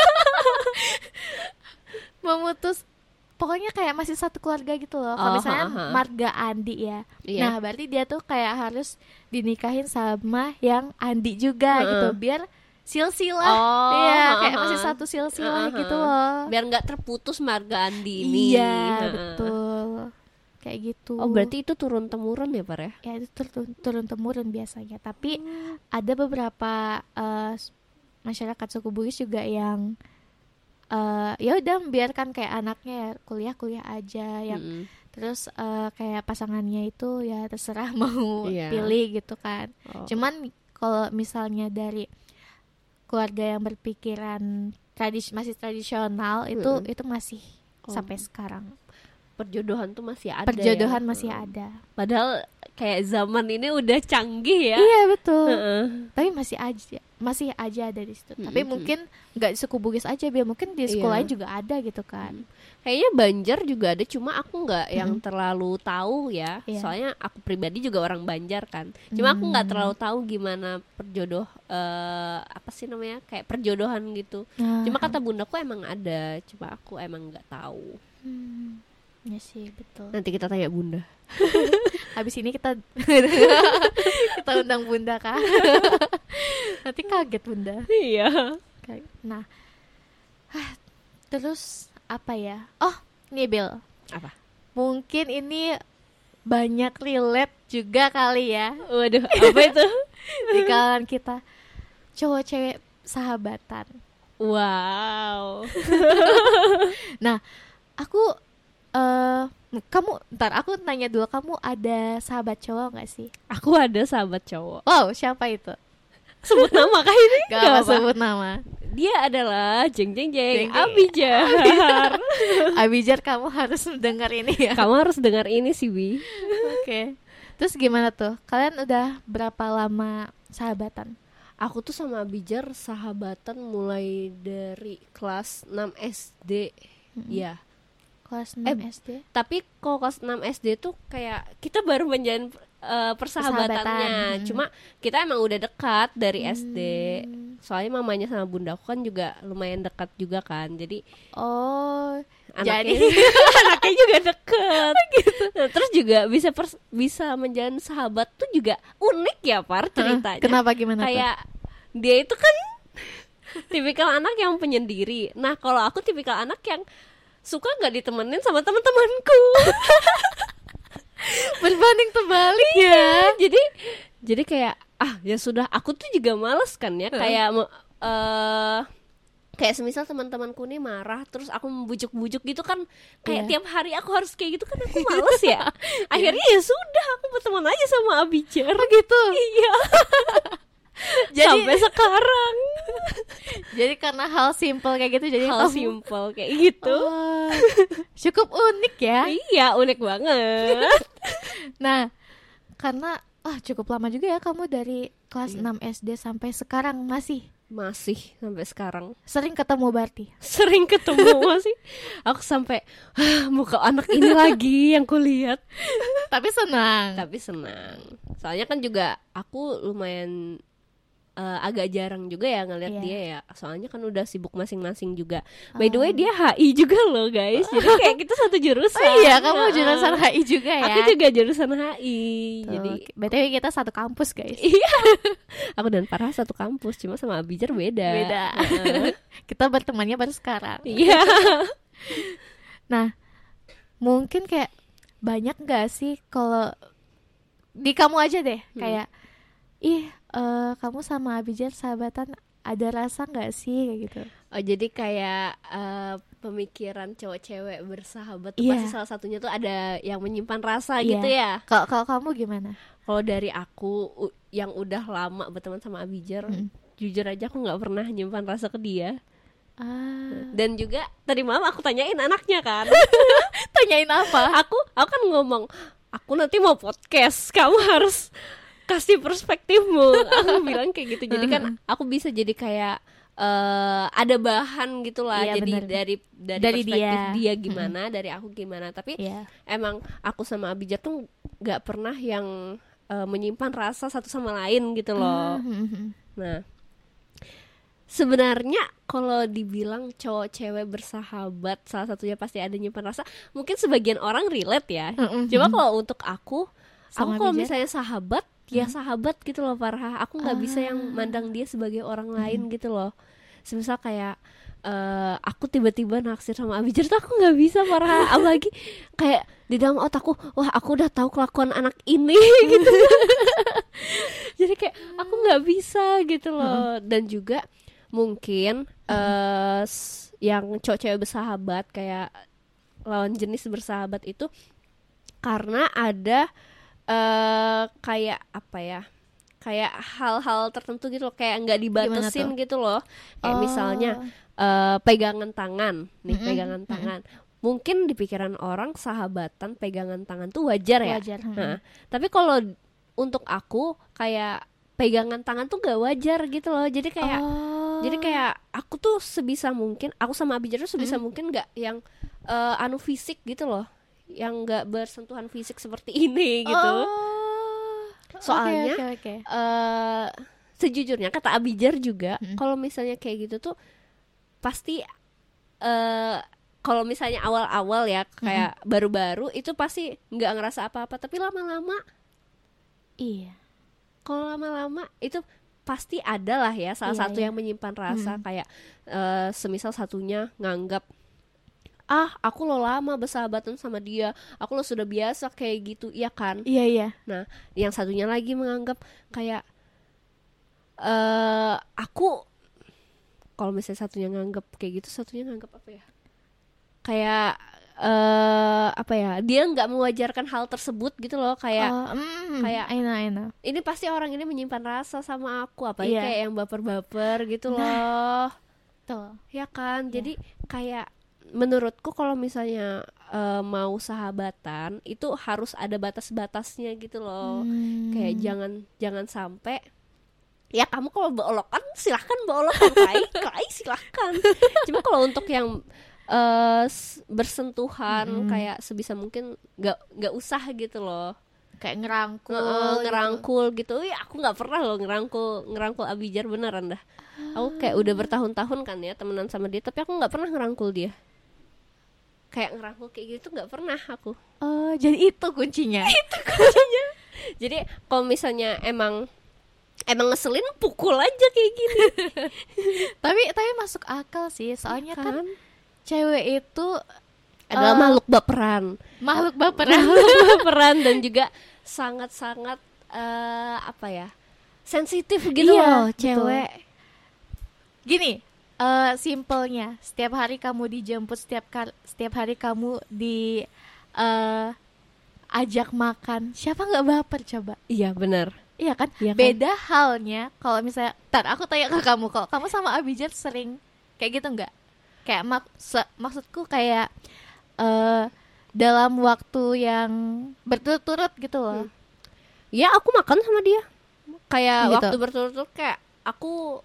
memutus, pokoknya kayak masih satu keluarga gitu loh. Kalau Oh, misalnya ha, ha. marga Andi ya, Iya. nah berarti dia tuh kayak harus dinikahin sama yang Andi juga Heeh. gitu, biar silsilah. Oh, Iya, ha, kayak ha. masih satu silsilah Ha, ha. gitu loh. Biar nggak terputus marga Andi ini. Iya, Heeh. betul. Kayak gitu. Oh, berarti itu turun temurun ya, Par ya? ya itu turun turun temurun biasanya. Tapi ada beberapa eh, s- masyarakat suku Bugis juga yang eh, ya udah membiarkan kayak anaknya ya kuliah kuliah aja, yang Mm-mm. terus eh, kayak pasangannya itu ya terserah mau Iya. pilih gitu kan. Oh. Cuman kalau misalnya dari keluarga yang berpikiran tradis masih tradisional itu Mm-mm. itu masih Oh. sampai sekarang Perjodohan tuh masih ada. perjodohan ya? masih Heeh. ada. Padahal kayak zaman ini udah canggih ya. Iya betul. Heeh. Tapi masih aja masih aja ada di situ. Tapi Mm-mm. mungkin nggak di suku Bugis aja, biar mungkin di Iya. sekolah lain juga ada gitu kan. Kayaknya Banjar juga ada, cuma aku nggak yang Mm-mm. terlalu tahu ya. Iya. Soalnya aku pribadi juga orang Banjar kan. Cuma aku nggak Hmm. terlalu tahu gimana perjodoh eh, apa sih namanya, kayak perjodohan gitu. Nah, Cuma kata bundaku emang ada, cuma aku emang nggak tahu. hmm, ya sih betul. Nanti kita tanya bunda. Habis ini kita kita undang bunda kah? Nanti kaget bunda. Iya. Kayak- Nah, ah, terus apa ya? Oh, nih Bill. Apa? Mungkin ini banyak relate juga kali ya Waduh, apa itu? di kalangan kita, cowok cewek sahabatan. Wow. Aku eh kamu ntar aku nanya dulu, kamu ada sahabat cowok nggak sih? Aku ada sahabat cowok. Wow, siapa itu? Sebut nama kah ini? Gak Gak apa apa. sebut nama. Dia adalah jeng jeng Jeng jeng jeng. Abijar. Abijar, kamu harus mendengar ini ya. Kamu harus dengar ini sih, Wi. Oke. Terus gimana tuh? Kalian udah berapa lama sahabatan? Aku tuh sama Abijar sahabatan mulai dari kelas enam S D. Ya. Kelas enam Eh, S D? Tapi kalau kelas enam S D tuh kayak kita baru menjalin eh, persahabatannya. Persahabatan. Cuma kita emang udah dekat dari S D. Hmm. Soalnya mamanya sama bundaku kan juga lumayan dekat juga kan. Jadi Oh, anaknya, jadi anaknya juga deket gitu. Nah, terus juga bisa pers- bisa menjalin sahabat tuh juga unik ya, Par, ceritanya. kenapa gimana tuh? Kayak dia itu kan tipikal anak yang penyendiri. Nah, kalau aku tipikal anak yang suka nggak ditemenin sama teman-temanku. Berbanding terbalik ya. jadi jadi kayak ah ya sudah, aku tuh juga males kan ya, kayak me- eh kayak semisal teman-temanku nih marah terus aku membujuk-bujuk gitu kan, kayak Iya. tiap hari aku harus kayak gitu kan, aku males ya. Akhirnya ya sudah, aku berteman aja sama Abijar gitu. Iya. Jadi Sampai sekarang jadi karena hal simple kayak gitu, jadi hal kamu- simpel kayak gitu. Oh, cukup unik ya. Iya, unik banget. Nah, karena ah cukup lama juga ya kamu dari kelas Iya. enam S D sampai sekarang masih Masih sampai sekarang. Sering ketemu berarti? Sering ketemu masih. Aku sampai "Hah, muka anak ini lagi yang kulihat." Tapi senang. Tapi senang. Soalnya kan juga aku lumayan uh, agak jarang juga ya ngeliat Iya. dia ya. Soalnya kan udah sibuk masing-masing juga. By the way dia H I juga loh guys. Jadi kayak kita satu jurusan. Oh iya, kamu Heeh. jurusan H I juga ya? Aku juga jurusan H I. Tuh, Jadi B T W kita satu kampus guys. iya. Aku dan Farah satu kampus, cuma sama Abijar beda. Beda. Heeh. Kita bertemannya baru sekarang. Iya. Nah, mungkin kayak banyak gak sih kalau di kamu aja deh, Hmm. kayak ih eh, kamu sama Abijar sahabatan, ada rasa gak sih kayak gitu? Oh jadi kayak uh, pemikiran cowok cewek bersahabat tuh Iya. pasti salah satunya tuh ada yang menyimpan rasa Iya. gitu ya. Kalau kalau kamu gimana? Kalau dari aku u- yang udah lama berteman sama Abijar, Mm. jujur aja aku nggak pernah nyimpan rasa ke dia. Ah, Dan juga tadi malam aku tanyain anaknya kan. tanyain apa? aku aku kan ngomong, aku nanti mau podcast, kamu harus kasih perspektifmu. Aku bilang kayak gitu. Jadi kan aku bisa jadi kayak eh, ada bahan gitulah. Iya, Jadi bener. dari dari, Dari perspektif dia. dia, gimana, dari aku gimana. Tapi Iya. emang aku sama Abijar tuh nggak pernah yang eh, menyimpan rasa satu sama lain gitu loh. Hmm. Nah, sebenarnya kalau dibilang cowok cewek bersahabat, salah satunya pasti ada nyimpan rasa. Mungkin sebagian orang relate ya. Mm-mm. Cuma kalau untuk aku, Sama aku kalau Bija? misalnya sahabat, ya sahabat gitu loh Farha. Aku nggak bisa yang Ah. mandang dia sebagai orang lain gitu loh. Semisal kayak eh, aku tiba-tiba naksir sama Abijar tuh aku nggak bisa Farha. Apalagi kayak di dalam otakku, wah aku udah tahu kelakuan anak ini gitu. Jadi kayak aku nggak bisa gitu loh. Dan juga mungkin eh s- yang cowok cewek bersahabat kayak lawan jenis bersahabat itu karena ada eh kayak apa ya, kayak hal-hal tertentu gitu loh, kayak nggak dibatasin tuh? gitu loh. Kayak Oh. misalnya eh, pegangan tangan nih, Mm-mm, pegangan tangan. Mungkin di pikiran orang sahabatan pegangan tangan tuh wajar ya. Wajar. hmm. Nah, tapi kalau untuk aku kayak pegangan tangan tuh gak wajar gitu loh. Jadi kayak Oh. jadi kayak aku tuh sebisa mungkin, aku sama Abijar tuh sebisa Hmm. mungkin gak yang eh, anu fisik gitu loh, yang gak bersentuhan fisik seperti ini gitu. Oh. Soalnya, Oke, oke, oke. eh sejujurnya kata Abijar juga, Hmm. kalau misalnya kayak gitu tuh pasti eh kalau misalnya awal-awal ya kayak baru-baru itu pasti nggak ngerasa apa-apa, tapi lama-lama, Iya. kalau lama-lama itu pasti ada lah ya salah Iya, satu iya. yang menyimpan rasa. Hmm. Kayak eh, semisal satunya nganggap, ah aku lo lama bersahabatan sama dia, aku lo sudah biasa kayak gitu, iya kan. Iya, iya. Nah, yang satunya lagi menganggap kayak eh aku, kalau misalnya satunya nganggap kayak gitu, satunya nganggap apa ya? Kayak eh apa ya? Dia nggak mewajarkan hal tersebut gitu loh, kayak Oh, mm, kayak- I know, I know. ini pasti orang ini menyimpan rasa sama aku, apalagi Iya. kayak yang baper-baper gitu loh. Tuh. Ya kan? Iya. Jadi kayak menurutku kalau misalnya eh, mau sahabatan itu harus ada batas-batasnya gitu loh. Hmm. Kayak jangan jangan sampai, ya kamu kalau beolokan silahkan beolokan, kai kai silahkan. Cuma kalau untuk yang eh, s- bersentuhan Mm-mm. kayak sebisa mungkin nggak nggak usah gitu loh. Kayak ngerangkul, Nge- gitu. ngerangkul gitu. Ih, aku nggak pernah loh ngerangkul ngerangkul Abijar beneran dah. Aku kayak udah bertahun-tahun kan ya temenan sama dia, tapi aku nggak pernah ngerangkul dia. Kayak ngerangkul kayak gitu nggak pernah aku. Oh, jadi itu kuncinya. Jadi kalau misalnya emang emang ngeselin, pukul aja kayak gini. tapi tapi masuk akal sih, soalnya kan, Kan cewek itu adalah eh, makhluk baperan. makhluk baperan. Makhluk baperan dan juga sangat-sangat eh, apa ya? Sensitif gitu Iya, loh, betul. cewek. Gini, eh simpelnya, setiap hari kamu dijemput, setiap kar- setiap hari kamu di eh, ajak makan, siapa nggak baper coba? Iya, benar. Iya kan? Iya kan? Beda halnya kalau misalnya, tar aku tanya ke kamu, kok kamu sama Abijar sering kayak gitu nggak? Kayak mak- se- maksudku kayak eh dalam waktu yang berturut-turut gitu loh. Ya aku makan sama dia kayak Gitu. waktu berturut-turut, kayak aku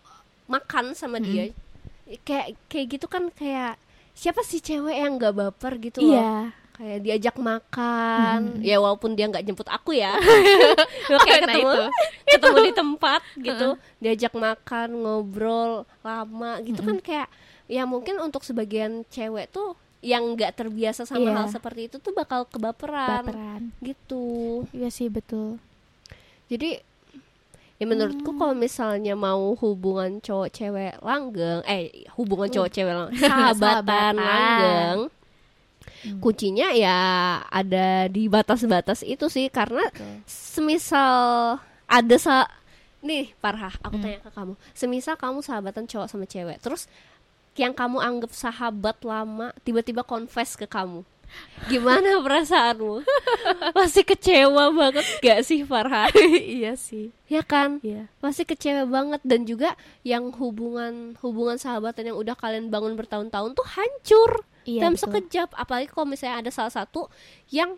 makan sama dia. Kayak kayak gitu kan, kayak siapa sih cewek yang nggak baper gitu loh. Iya. Kayak diajak makan, Hmm. ya walaupun dia nggak jemput aku ya, kayak Nah, ketemu, itu. ketemu di tempat gitu, diajak makan, ngobrol lama gitu kan, kayak ya mungkin untuk sebagian cewek tuh yang nggak terbiasa sama Iya. hal seperti itu tuh bakal kebaperan, Baperan. gitu. Iya sih betul. Jadi ya menurutku kalau misalnya mau hubungan cowok cewek langgeng, eh hubungan cowok cewek langgeng, sahabatan Sahabatan. langgeng, kuncinya ya ada di batas-batas itu sih. Karena semisal ada sa nih Parha, aku tanya ke kamu, semisal kamu sahabatan cowok sama cewek, terus yang kamu anggap sahabat lama tiba-tiba confess ke kamu, gimana perasaanmu? Pasti kecewa banget gak sih Farha? Iya sih. Ya kan? Iya. Pasti kecewa banget. Dan juga yang hubungan hubungan sahabatan yang udah kalian bangun bertahun-tahun tuh hancur Iya, dalam betul. sekejap. Apalagi kalau misalnya ada salah satu yang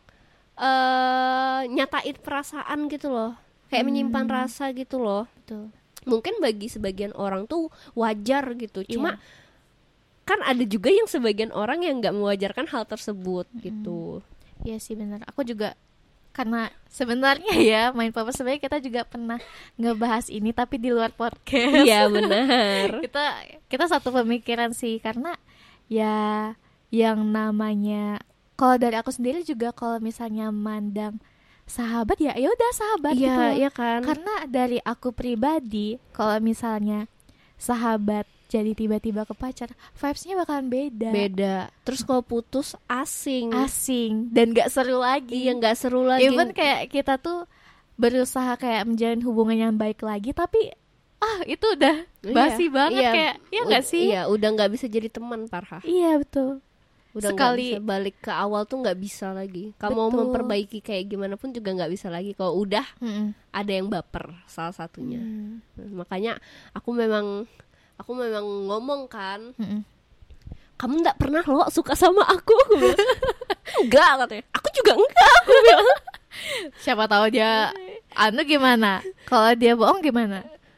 uh, nyatain perasaan gitu loh, kayak menyimpan rasa gitu loh. Betul. Mungkin bagi sebagian orang tuh wajar gitu, cuma Iya. kan ada juga yang sebagian orang yang nggak mewajarkan hal tersebut gitu. Iya sih benar. Aku juga karena sebenarnya ya main papa sebenarnya kita juga pernah ngebahas ini tapi di luar podcast. Iya benar. kita kita satu pemikiran sih, karena ya yang namanya kalau dari aku sendiri juga kalau misalnya mandang sahabat ya ya udah sahabat gitu Iya, loh. iya kan. Karena dari aku pribadi kalau misalnya sahabat jadi tiba-tiba ke pacar, vibes-nya bakalan beda. Beda. Terus kalau putus asing. Asing dan gak seru lagi. Iya nggak seru lagi. Even kayak kita tuh berusaha kayak menjalin hubungan yang baik lagi, tapi ah itu udah basi Iya, banget iya. kayak ya U- nggak sih? Iya udah nggak bisa jadi teman Parha. Iya betul. Udah nggak Sekali bisa balik ke awal tuh nggak bisa lagi. Kamu mau Betul. memperbaiki kayak gimana pun juga nggak bisa lagi. Kalau udah Mm-mm. ada yang baper salah satunya. Hmm. Nah, makanya aku memang aku memang ngomong kan, Mm-mm. kamu nggak pernah lo suka sama aku. Aku bilang, enggak katanya. Aku juga enggak. Aku bilang. Siapa tahu dia anu gimana? Kalau dia bohong gimana?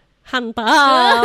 Hantam.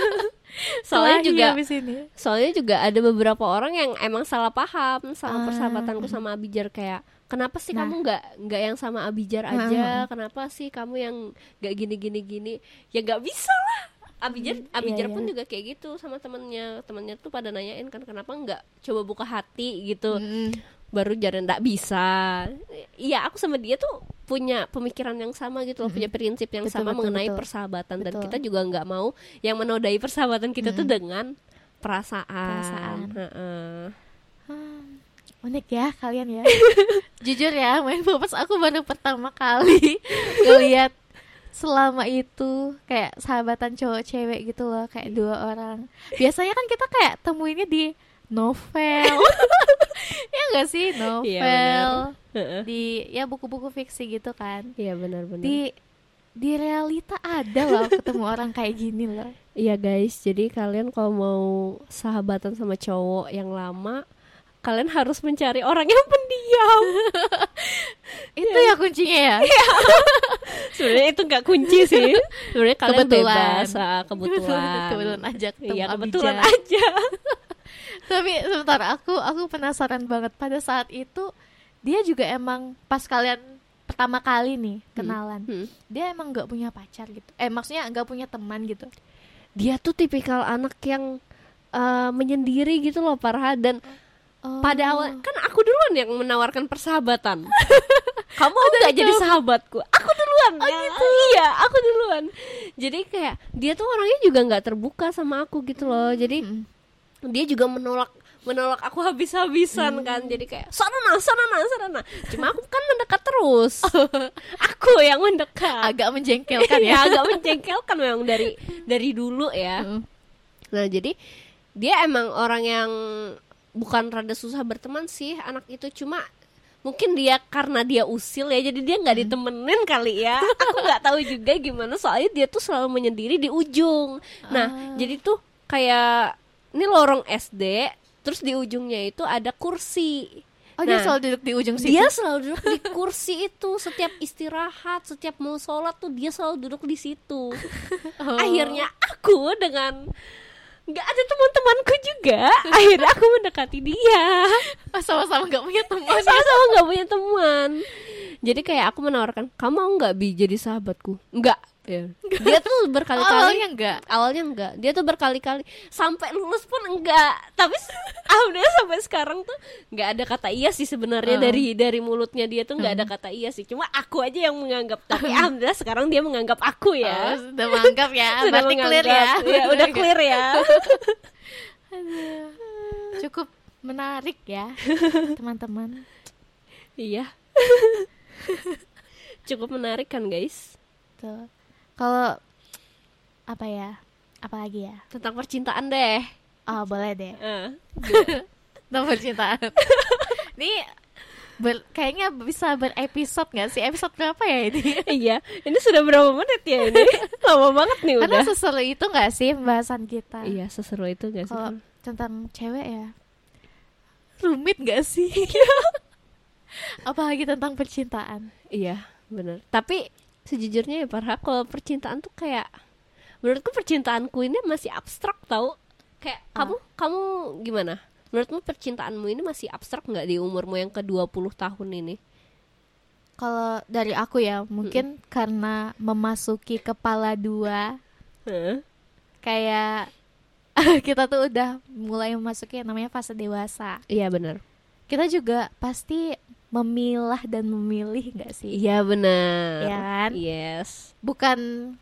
Soalnya Kelahi juga abis ini. Soalnya juga ada beberapa orang yang emang salah paham sama Ah. persahabatanku sama Abijar, kayak kenapa sih Nah. kamu nggak nggak yang sama Abijar Ah, aja? ah, ah. Kenapa sih kamu yang nggak gini gini gini? Ya nggak bisa lah. Abijar Abijar iya, pun iya. juga kayak gitu sama temennya. Temennya tuh pada nanyain kan kenapa nggak coba buka hati gitu. Mm-mm. Baru jarang nggak bisa. Iya aku sama dia tuh punya pemikiran yang sama gitu loh, punya prinsip yang Betul, sama betul, mengenai betul. persahabatan. Dan Betul. kita juga nggak mau yang menodai persahabatan kita tuh dengan perasaan. Perasaan. Heeh. Hmm, unik ya kalian ya. Jujur ya, main Popas aku baru pertama kali ngelihat selama itu kayak sahabatan cowok cewek gitu loh, kayak dua orang. Biasanya kan kita kayak temuinnya di novel. Ya enggak sih, novel. Iya, benar. Heeh. Di ya buku-buku fiksi gitu kan. Iya benar-benar. Di di realita ada loh ketemu orang kayak gini loh. Iya guys, jadi kalian kalau mau sahabatan sama cowok yang lama, kalian harus mencari orang yang pendiam. Itu ya kuncinya ya. Sebenarnya itu nggak kunci sih. Sebenarnya kalian Kebetulan. bebas, ah, kebetulan. Kebetulan aja ketemu Iya kebetulan Abijah. aja. Tapi sebentar, aku aku penasaran banget pada saat itu dia juga emang pas kalian pertama kali nih kenalan, Hmm. dia emang nggak punya pacar gitu. Eh maksudnya nggak punya teman gitu. Dia tuh tipikal anak yang eh, menyendiri gitu loh Parha. Dan Oh. pada awal kan aku duluan yang menawarkan persahabatan. Kamu mau nggak jadi sahabatku? Aku duluan. Oh, ya. gitu? Iya, aku duluan. Jadi kayak dia tuh orangnya juga nggak terbuka sama aku gitu loh. Jadi Mm. dia juga menolak menolak aku habis-habisan kan. Jadi kayak sana nah, sana nah, sana nah. Cuma aku kan mendekat terus. Aku yang mendekat. agak menjengkelkan Ya, ya. agak menjengkelkan memang dari dari dulu ya. Mm. Nah jadi dia emang orang yang bukan rada susah berteman sih anak itu, cuma mungkin dia karena dia usil ya, jadi dia nggak ditemenin kali ya. Aku nggak tahu juga gimana, soalnya dia tuh selalu menyendiri di ujung. Nah Ah. jadi tuh kayak ini lorong S D, terus di ujungnya itu ada kursi. Oh dia Nah, selalu duduk di ujung situ. Dia selalu duduk di kursi itu. Setiap istirahat, setiap mau sholat tuh dia selalu duduk di situ. Oh. Akhirnya aku aku dengan nggak ada teman-temanku juga, akhirnya aku mendekati dia. Oh, sama-sama nggak punya teman. Sama-sama nggak punya teman. Jadi kayak aku menawarkan, kamu mau nggak Bi jadi sahabatku? Enggak. Ya. Dia tuh berkali-kali. Awalnya enggak. Awalnya enggak. Dia tuh berkali-kali sampai lulus pun enggak. Tapi alhamdulillah sampai sekarang tuh nggak ada kata iya sih sebenarnya. Uh. dari dari mulutnya dia tuh nggak ada kata iya sih. Cuma aku aja yang menganggap. Tapi alhamdulillah sekarang dia menganggap aku ya. Oh, sudah menganggap ya. Sudah Berarti clear ya. Ya udah clear ya. Aduh. Cukup menarik ya, teman-teman. Iya. Cukup menarik kan guys. Tuh. Kalau apa ya? Apa lagi ya? Tentang percintaan deh. Oh, boleh deh. Uh. Tentang percintaan. Ini ber, kayaknya bisa berepisode nggak sih? Episode berapa ya ini? Iya. Ini sudah berapa menit ya ini? Lama banget nih udah. Karena seseru itu nggak sih pembahasan kita? Iya, seseru itu nggak sih? Kalau tentang cewek ya, rumit nggak sih? Apalagi tentang percintaan. Iya, benar. Tapi sejujurnya ya Farha, kalau percintaan tuh kayak, menurutku percintaanku ini masih abstrak tau. Kayak Ah. kamu kamu gimana? Menurutmu percintaanmu ini masih abstrak nggak di umurmu yang ke dua puluh tahun ini? Kalau dari aku ya, mungkin hmm. karena memasuki kepala dua, Huh? kayak kita tuh udah mulai memasuki yang namanya fase dewasa. Iya benar. Kita juga pasti memilah dan memilih nggak sih? Iya benar. Ya kan? Yes. Bukan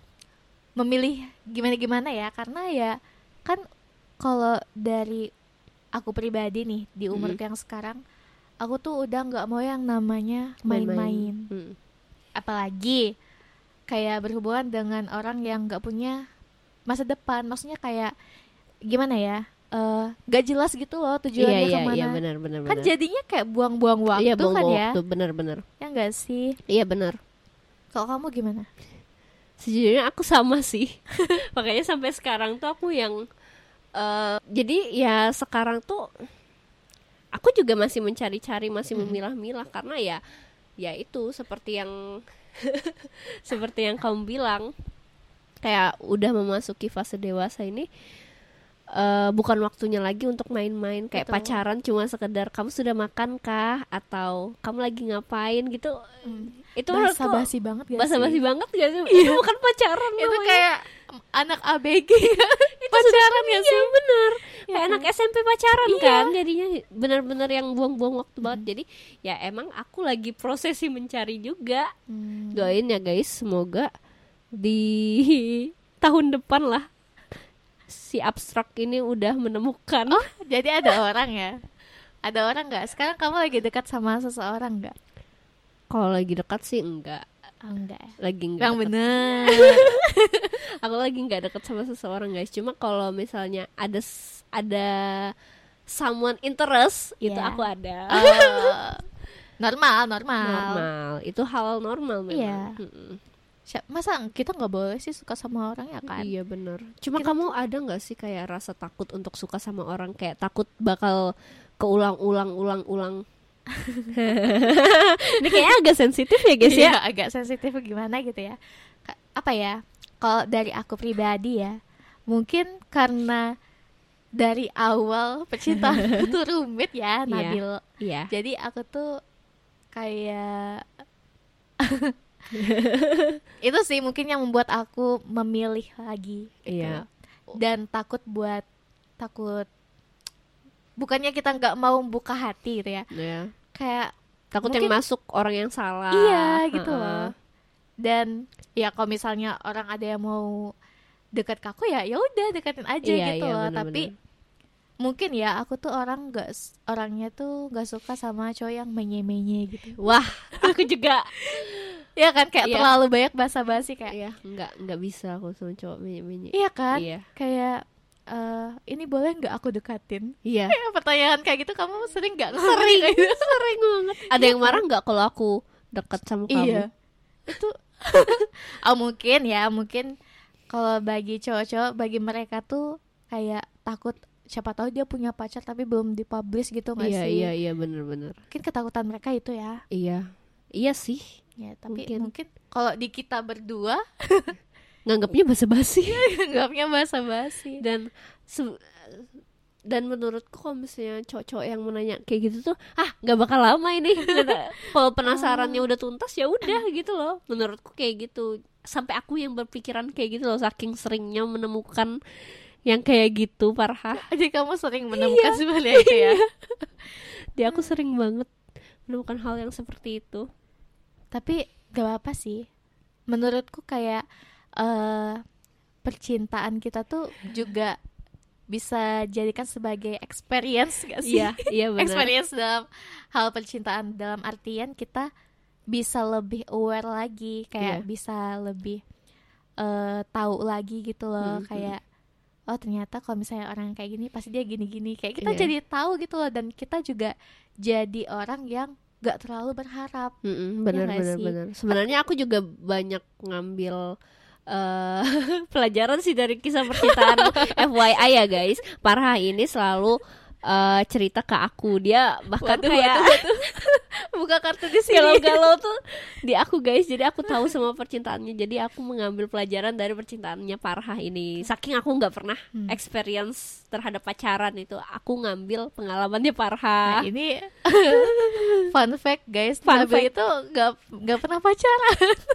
memilih gimana-gimana ya, karena ya kan kalau dari aku pribadi nih di umur Hmm. yang sekarang, aku tuh udah nggak mau yang namanya main-main. Hmm. Apalagi kayak berhubungan dengan orang yang nggak punya masa depan. Maksudnya kayak gimana ya? eh, nggak jelas gitu loh tujuannya Iya iya kemana. iya benar benar Kan benar. jadinya kayak buang-buang waktu Iya kan buang-buang ya. waktu, benar-benar. Ya nggak sih? Iya benar. Kalau kamu gimana? Sejujurnya aku sama sih. Makanya sampai sekarang tuh aku yang uh, jadi ya sekarang tuh aku juga masih mencari-cari, masih Hmm. memilah-milah karena ya ya itu seperti yang seperti yang kamu bilang, kayak udah memasuki fase dewasa ini. Uh, bukan waktunya lagi untuk main-main kayak Betul. pacaran cuma sekedar kamu sudah makan kah atau kamu lagi ngapain gitu. Hmm. Itu menurutku Basa-basi banget gak basa-basi sih? banget gak sih? Itu bukan pacaran Itu namanya. kayak anak A B G pacaran ya sih? Iya bener. Ya Kayak kan? anak S M P pacaran Iya. kan. Jadinya benar-benar yang buang-buang waktu banget. Jadi ya emang aku lagi prosesi mencari juga. Hmm. Doain ya guys, semoga di tahun depan lah si abstrak ini udah menemukan. Oh, jadi ada orang ya? Ada orang nggak? Sekarang kamu lagi dekat sama seseorang nggak? Kalau lagi dekat sih enggak. Oh, enggak. Lagi enggak. Yang deket. bener. Aku lagi nggak deket sama seseorang guys. Cuma kalau misalnya ada s- ada someone interest, itu Iya. aku ada. Oh, normal, normal. Normal. Itu hal normal memang. Iya. Mm-mm. Siap- Masa kita nggak boleh sih suka sama orang ya kan? Iya benar. Cuma Kita kamu ada nggak sih kayak rasa takut untuk suka sama orang, kayak takut bakal keulang-ulang-ulang-ulang? Ini kayaknya agak sensitif ya guys ya. Iya, agak sensitif gimana gitu ya. Ka- Apa ya? Kalau dari aku pribadi ya, mungkin karena dari awal percintaan itu rumit ya, Iya. Nabil. Iya. Jadi aku tuh kayak itu sih mungkin yang membuat aku memilih lagi gitu. Iya. Dan takut buat takut bukannya kita nggak mau buka hati gitu ya, Ya. kayak Takut Mungkin- yang masuk orang yang salah. iya gitu Heeh. loh. Dan ya kalau misalnya orang ada yang mau dekat ke aku ya ya udah deketin aja Iya, gitu iya, loh. bener-bener. Tapi mungkin ya aku tuh orang nggak s- orangnya tuh nggak suka sama cowok yang menye-menye gitu. Wah, aku juga. Ya kan kayak Iya. terlalu banyak basa-basi kayak Iya, nggak nggak bisa aku sama cowok menye-menye. iya kan Iya. kayak eh, ini boleh nggak aku dekatin? Iya. Ya, pertanyaan kayak gitu kamu sering nggak? Sering, Kayak gitu? sering banget. Ada yang marah nggak kalau aku dekat sama kamu? Iya. Itu oh mungkin ya, mungkin kalau bagi cowok-cowok, bagi mereka tuh kayak takut siapa tahu dia punya pacar tapi belum dipublish gitu nggak Iya, sih? iya, iya, benar-benar. Mungkin ketakutan mereka itu ya. Iya. Iya sih. Ya, tapi Mungkin. mungkin, kalau di kita berdua nganggapnya basa-basi. Nganggapnya basa-basi. Dan se- dan menurutku kalau misalnya cowok-cowok yang menanya kayak gitu tuh, ah nggak bakal lama ini. Kalau penasarannya udah tuntas ya udah gitu loh. Menurutku kayak gitu. Sampai aku yang berpikiran kayak gitu loh, saking seringnya menemukan yang kayak gitu, Farha. Jadi kamu sering menemukan sebenarnya itu ya. Dia aku sering banget menemukan hal yang seperti itu. Tapi gak apa-apa sih. Menurutku kayak uh, percintaan kita tuh juga bisa jadikan sebagai experience gak sih? Iya, iya benar. Experience dalam hal percintaan, dalam artian kita bisa lebih aware lagi, kayak Iya. bisa lebih uh, tahu lagi gitu loh, Hmm, kayak oh ternyata kalau misalnya orang kayak gini pasti dia gini-gini, kayak kita Iya. jadi tahu gitu loh, dan kita juga jadi orang yang gak terlalu berharap. Mm-mm, benar nggak benar sih? benar. Sebenarnya aku juga banyak ngambil eh, pelajaran sih dari kisah percintaan. F Y I ya guys, Farha ini selalu eh, cerita ke aku. Dia bahkan Waduh, kayak Buka kartu di sini. galau-galau tuh di aku guys. Jadi aku tahu semua percintaannya. Jadi aku mengambil pelajaran dari percintaannya Farha ini. Saking aku nggak pernah Hmm. experience terhadap pacaran itu, aku ngambil pengalamannya Farha. Nah, ini fun fact guys, Fun Nabil fact. itu gak, gak pernah pacaran.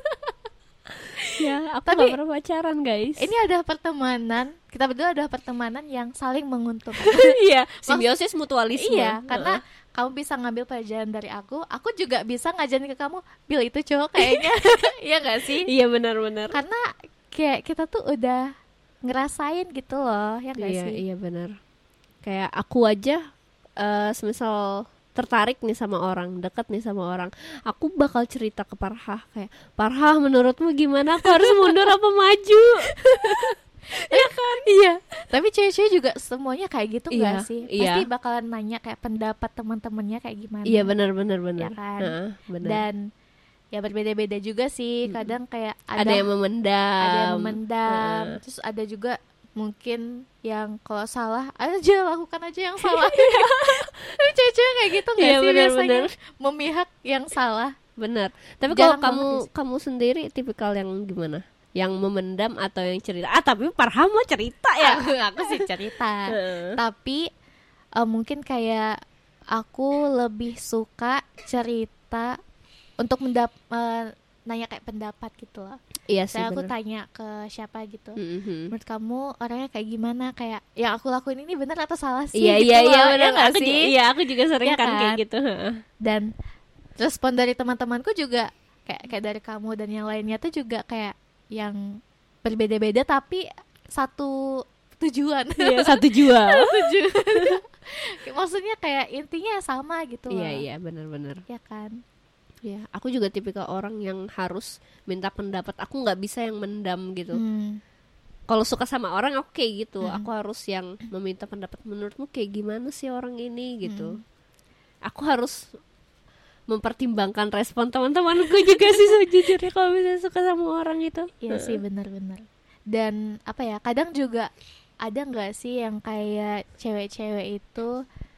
Ya, aku Tapi- nggak pernah pacaran guys. Ini ada pertemanan, kita berdua ada pertemanan yang saling menguntungkan. Iya, simbiosis mutualisme. Iya, karena kamu bisa ngambil pelajaran dari aku, aku juga bisa ngajarin ke kamu, Bil itu cowok kayaknya. Iya gak sih? Iya benar-benar. Karena kayak kita tuh udah ngerasain gitu loh, ya gak Iya sih? iya benar. Kayak aku aja, eh semisal tertarik nih sama orang, dekat nih sama orang, aku bakal cerita ke Farha kayak, Farha menurutmu gimana? Aku harus mundur apa maju? Ya kan? Iya. Tapi cewek-cewek juga semuanya kayak gitu Iya, gak sih? iya. Pasti bakalan nanya kayak pendapat teman-temannya kayak gimana. Iya benar-benar benar. Ya kan? Heeh, benar. Dan ya berbeda-beda juga sih. Mm-mm. Kadang kayak ada ada yang memendam. ada yang memendam. Heeh. Terus ada juga mungkin yang kalau salah aja lakukan aja yang salah. Tapi cewek-cewek kayak gitu nggak Iya, sih benar-benar. biasanya memihak yang salah. Benar. Tapi kalau Jarang kamu banget sih. kamu sendiri tipikal yang gimana? Yang memendam atau yang cerita? Ah tapi Farha mau cerita ya. Aku, aku sih cerita. Heeh. Tapi eh, mungkin kayak aku lebih suka cerita untuk mendap eh, nanya kayak pendapat gitu loh. Iya sih Saya aku benar. tanya ke siapa gitu. Mhm. Menurut kamu orangnya kayak gimana? Kayak yang aku lakuin ini benar atau salah sih? Iya gitu iya loh. iya Ya benar. nggak Aku sih? juga, iya aku juga sering Iya kan, kan? kayak gitu. Heeh. Dan respon dari teman-temanku juga kayak kayak dari kamu dan yang lainnya tuh juga kayak yang berbeda-beda tapi satu tujuan. Iya satu jual. Tujuan. Maksudnya kayak intinya sama gitu loh. Iya iya benar-benar. Ya kan? Ya aku juga tipikal orang yang harus minta pendapat. Aku nggak bisa yang mendam gitu. Hmm. Kalau suka sama orang aku kayak gitu. Mm-mm. Aku harus yang meminta pendapat. Menurutmu kayak gimana sih orang ini gitu. Mm. Aku harus mempertimbangkan respon teman-temanku juga sih sejujurnya kalau misalnya suka sama orang itu. Iya sih benar-benar. Dan apa ya? Kadang juga ada nggak sih yang kayak cewek-cewek itu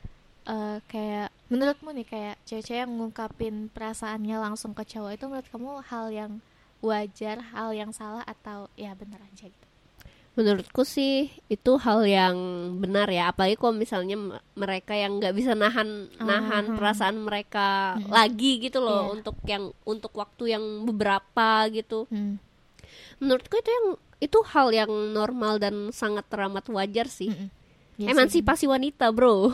eh, kayak menurutmu nih kayak cewek-cewek yang ngungkapin perasaannya langsung ke cowok itu menurut kamu hal yang wajar, hal yang salah atau ya benar aja gitu? Menurutku sih itu hal yang benar ya, apalagi kalau misalnya m- mereka yang nggak bisa nahan nahan Ah, perasaan mereka Mm-mm. lagi gitu loh, Iya. untuk yang untuk waktu yang beberapa gitu. Hmm. Menurutku itu yang itu hal yang normal dan sangat teramat wajar sih. Mm-mm. Iya sih, Emansipasi wanita, bro.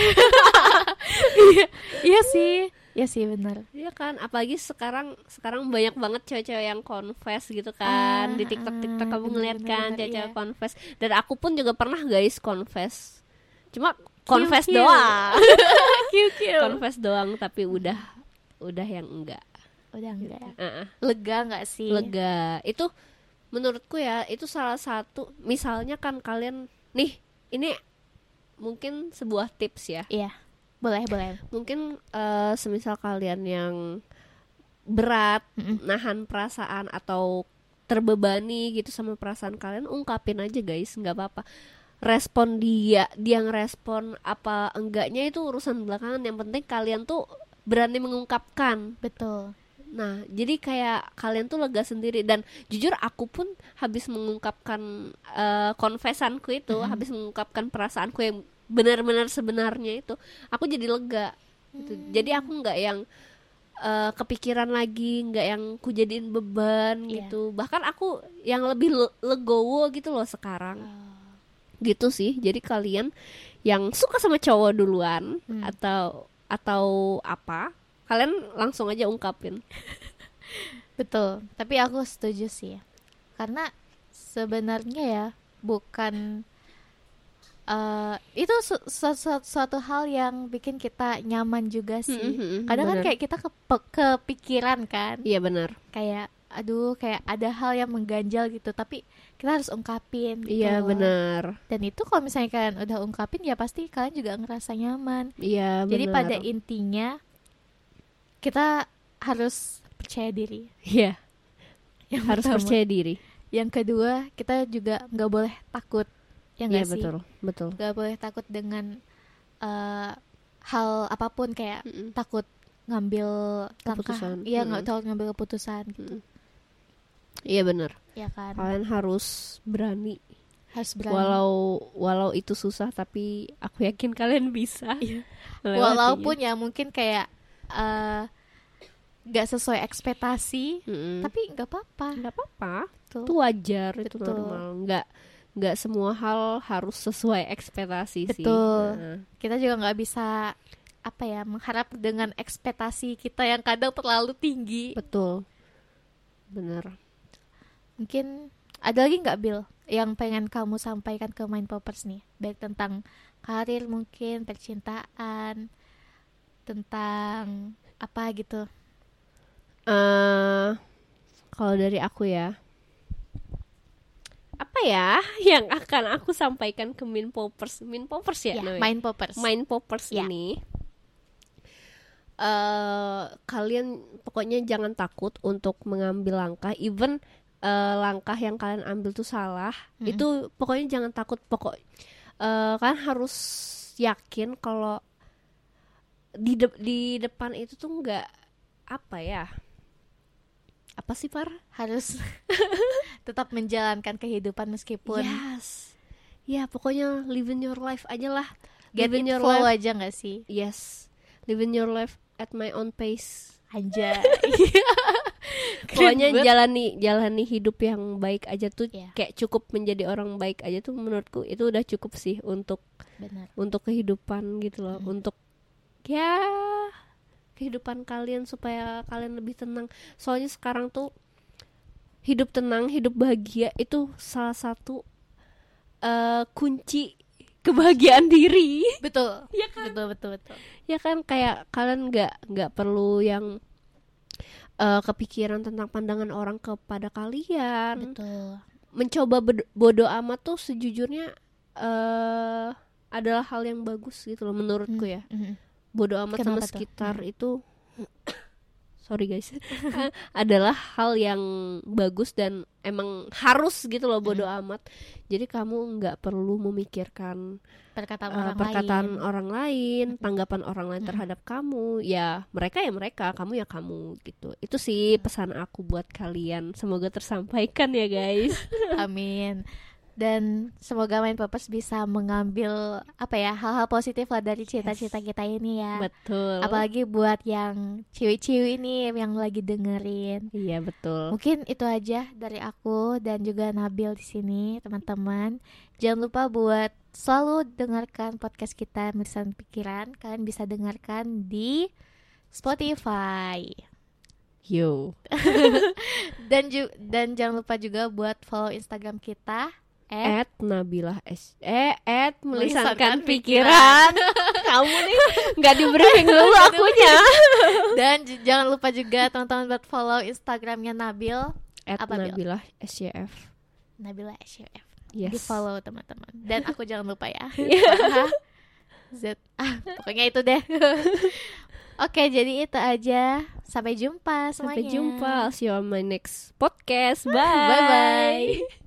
benar. Iya sih, iya sih benar. Iya kan, apalagi sekarang sekarang banyak banget cewek-cewek yang confess gitu kan. Ah, Di TikTok TikTok ah, kamu bener, ngeliat bener, kan bener, cewek-cewek iya. confess. Dan aku pun juga pernah guys confess. Cuma confess Kiu-kiu. doang. Kiu-kiu. Confess doang tapi udah udah yang enggak. Udah enggak ya? Heeh. Lega nggak sih? Lega. Itu menurutku ya, itu salah satu, misalnya kan kalian nih, ini mungkin sebuah tips ya. Iya, boleh boleh. Mungkin eh, semisal kalian yang berat Mm-mm. nahan perasaan atau terbebani gitu sama perasaan kalian, ungkapin aja guys, nggak apa-apa. Respon dia, dia ngerespon apa enggaknya itu urusan belakangan. Yang penting kalian tuh berani mengungkapkan. Betul. Nah, jadi kayak kalian tuh lega sendiri. Dan jujur aku pun habis mengungkapkan uh, konfesanku itu, mm-hmm. habis mengungkapkan perasaanku yang benar-benar sebenarnya itu, aku jadi lega gitu. Mm. Jadi aku nggak yang uh, kepikiran lagi, nggak yang ku jadiin beban yeah. gitu. Bahkan aku yang lebih le- legowo gitu loh sekarang. Oh. Gitu sih. Jadi kalian yang suka sama cowok duluan mm. atau atau apa, kalian langsung aja ungkapin. Betul, tapi aku setuju sih. Karena sebenarnya ya bukan uh, itu su- su- su- suatu hal yang bikin kita nyaman juga sih. Mm-hmm, kadang bener. Kan kayak kita ke- kepikiran kan. Iya benar. Kayak aduh kayak ada hal yang mengganjal gitu, tapi kita harus ungkapin gitu. Iya benar. Dan itu kalau misalnya kalian udah ungkapin ya pasti kalian juga ngerasa nyaman. Iya benar. Jadi pada intinya kita harus percaya diri. Iya. Yang harus pertama. percaya diri. Yang kedua, kita juga nggak boleh takut. Ya nggak iya, sih? betul, betul. Nggak boleh takut dengan uh, hal apapun, kayak Mm-mm. takut ngambil keputusan. langkah. Iya, nggak takut ngambil keputusan gitu. Mm. Iya benar. Ya kan. Kalian harus berani. Harus berani. Walau walau itu susah, tapi aku yakin kalian bisa. Iya. Walaupun ya mungkin kayak uh, gak sesuai ekspektasi, mm-hmm. tapi nggak apa-apa, nggak apa-apa, Betul. itu wajar, Betul. itu normal, nggak nggak semua hal harus sesuai ekspektasi. Betul. Sih. Nah. Kita juga nggak bisa apa ya mengharap dengan ekspektasi kita yang kadang terlalu tinggi. Betul, benar. Mungkin ada lagi nggak Bill yang pengen kamu sampaikan ke Mind Poppers nih, baik tentang karir mungkin, percintaan, tentang apa gitu? Uh, kalau dari aku ya, apa ya yang akan aku sampaikan ke Mind Poppers, Mind Poppers ya, yeah, Mind Poppers, Mind Poppers yeah. ini, uh, kalian pokoknya jangan takut untuk mengambil langkah, even uh, langkah yang kalian ambil tuh salah, mm-hmm. itu pokoknya jangan takut, pokok, uh, kalian harus yakin kalau di de- di depan itu tuh nggak apa ya. Apa sih Par? Harus tetap menjalankan kehidupan meskipun yes. Ya pokoknya living your life aja lah. Get living it your flow life aja gak sih? Yes. Living your life at my own pace. Anjay. Pokoknya jalani jalani hidup yang baik aja tuh yeah. kayak cukup menjadi orang baik aja tuh menurutku itu udah cukup sih untuk Benar. Untuk kehidupan gitu loh. Hmm. Untuk ya kehidupan kalian supaya kalian lebih tenang. Soalnya sekarang tuh hidup tenang, hidup bahagia itu salah satu uh, kunci kebahagiaan diri. Betul. Ya kan? Betul betul betul. Ya kan kayak kalian nggak nggak perlu yang uh, kepikiran tentang pandangan orang kepada kalian. Betul. Mencoba bod- bodoh amat tuh sejujurnya uh, adalah hal yang bagus gitu loh menurutku ya. Mm-hmm. Bodo amat sama Kenapa sekitar tuh? itu sorry guys adalah hal yang bagus dan emang harus gitu loh bodo mm. amat. Jadi kamu nggak perlu memikirkan perkataan uh, orang perkataan lain. orang lain, mm. tanggapan orang lain mm. terhadap kamu. Ya mereka ya mereka, kamu ya kamu gitu. Itu sih pesan aku buat kalian. Semoga tersampaikan ya guys. Amin. Dan semoga Mind Poppers bisa mengambil apa ya hal-hal positif lah dari cerita-cerita kita ini ya. Betul. Apalagi buat yang ciwi-ciwi ini yang lagi dengerin. Iya betul. Mungkin itu aja dari aku dan juga Nabil di sini teman-teman. Jangan lupa buat selalu dengarkan podcast kita Melisan Pikiran. Kalian bisa dengarkan di Spotify. Yo. dan ju- dan jangan lupa juga buat follow Instagram kita. At Nabilah S eh at Melisankan melisankan pikiran. Kamu nih nggak di briefing dulu akunya. Dan j- jangan lupa juga teman-teman buat follow Instagramnya Nabil at apa, Nabilah S Y F. Nabila S Y F. Yes. Di follow teman-teman. Dan aku jangan lupa ya. Z ah pokoknya itu deh. Oke, jadi itu aja. Sampai jumpa semuanya. Sampai jumpa. See you on my next podcast. Bye. Bye bye.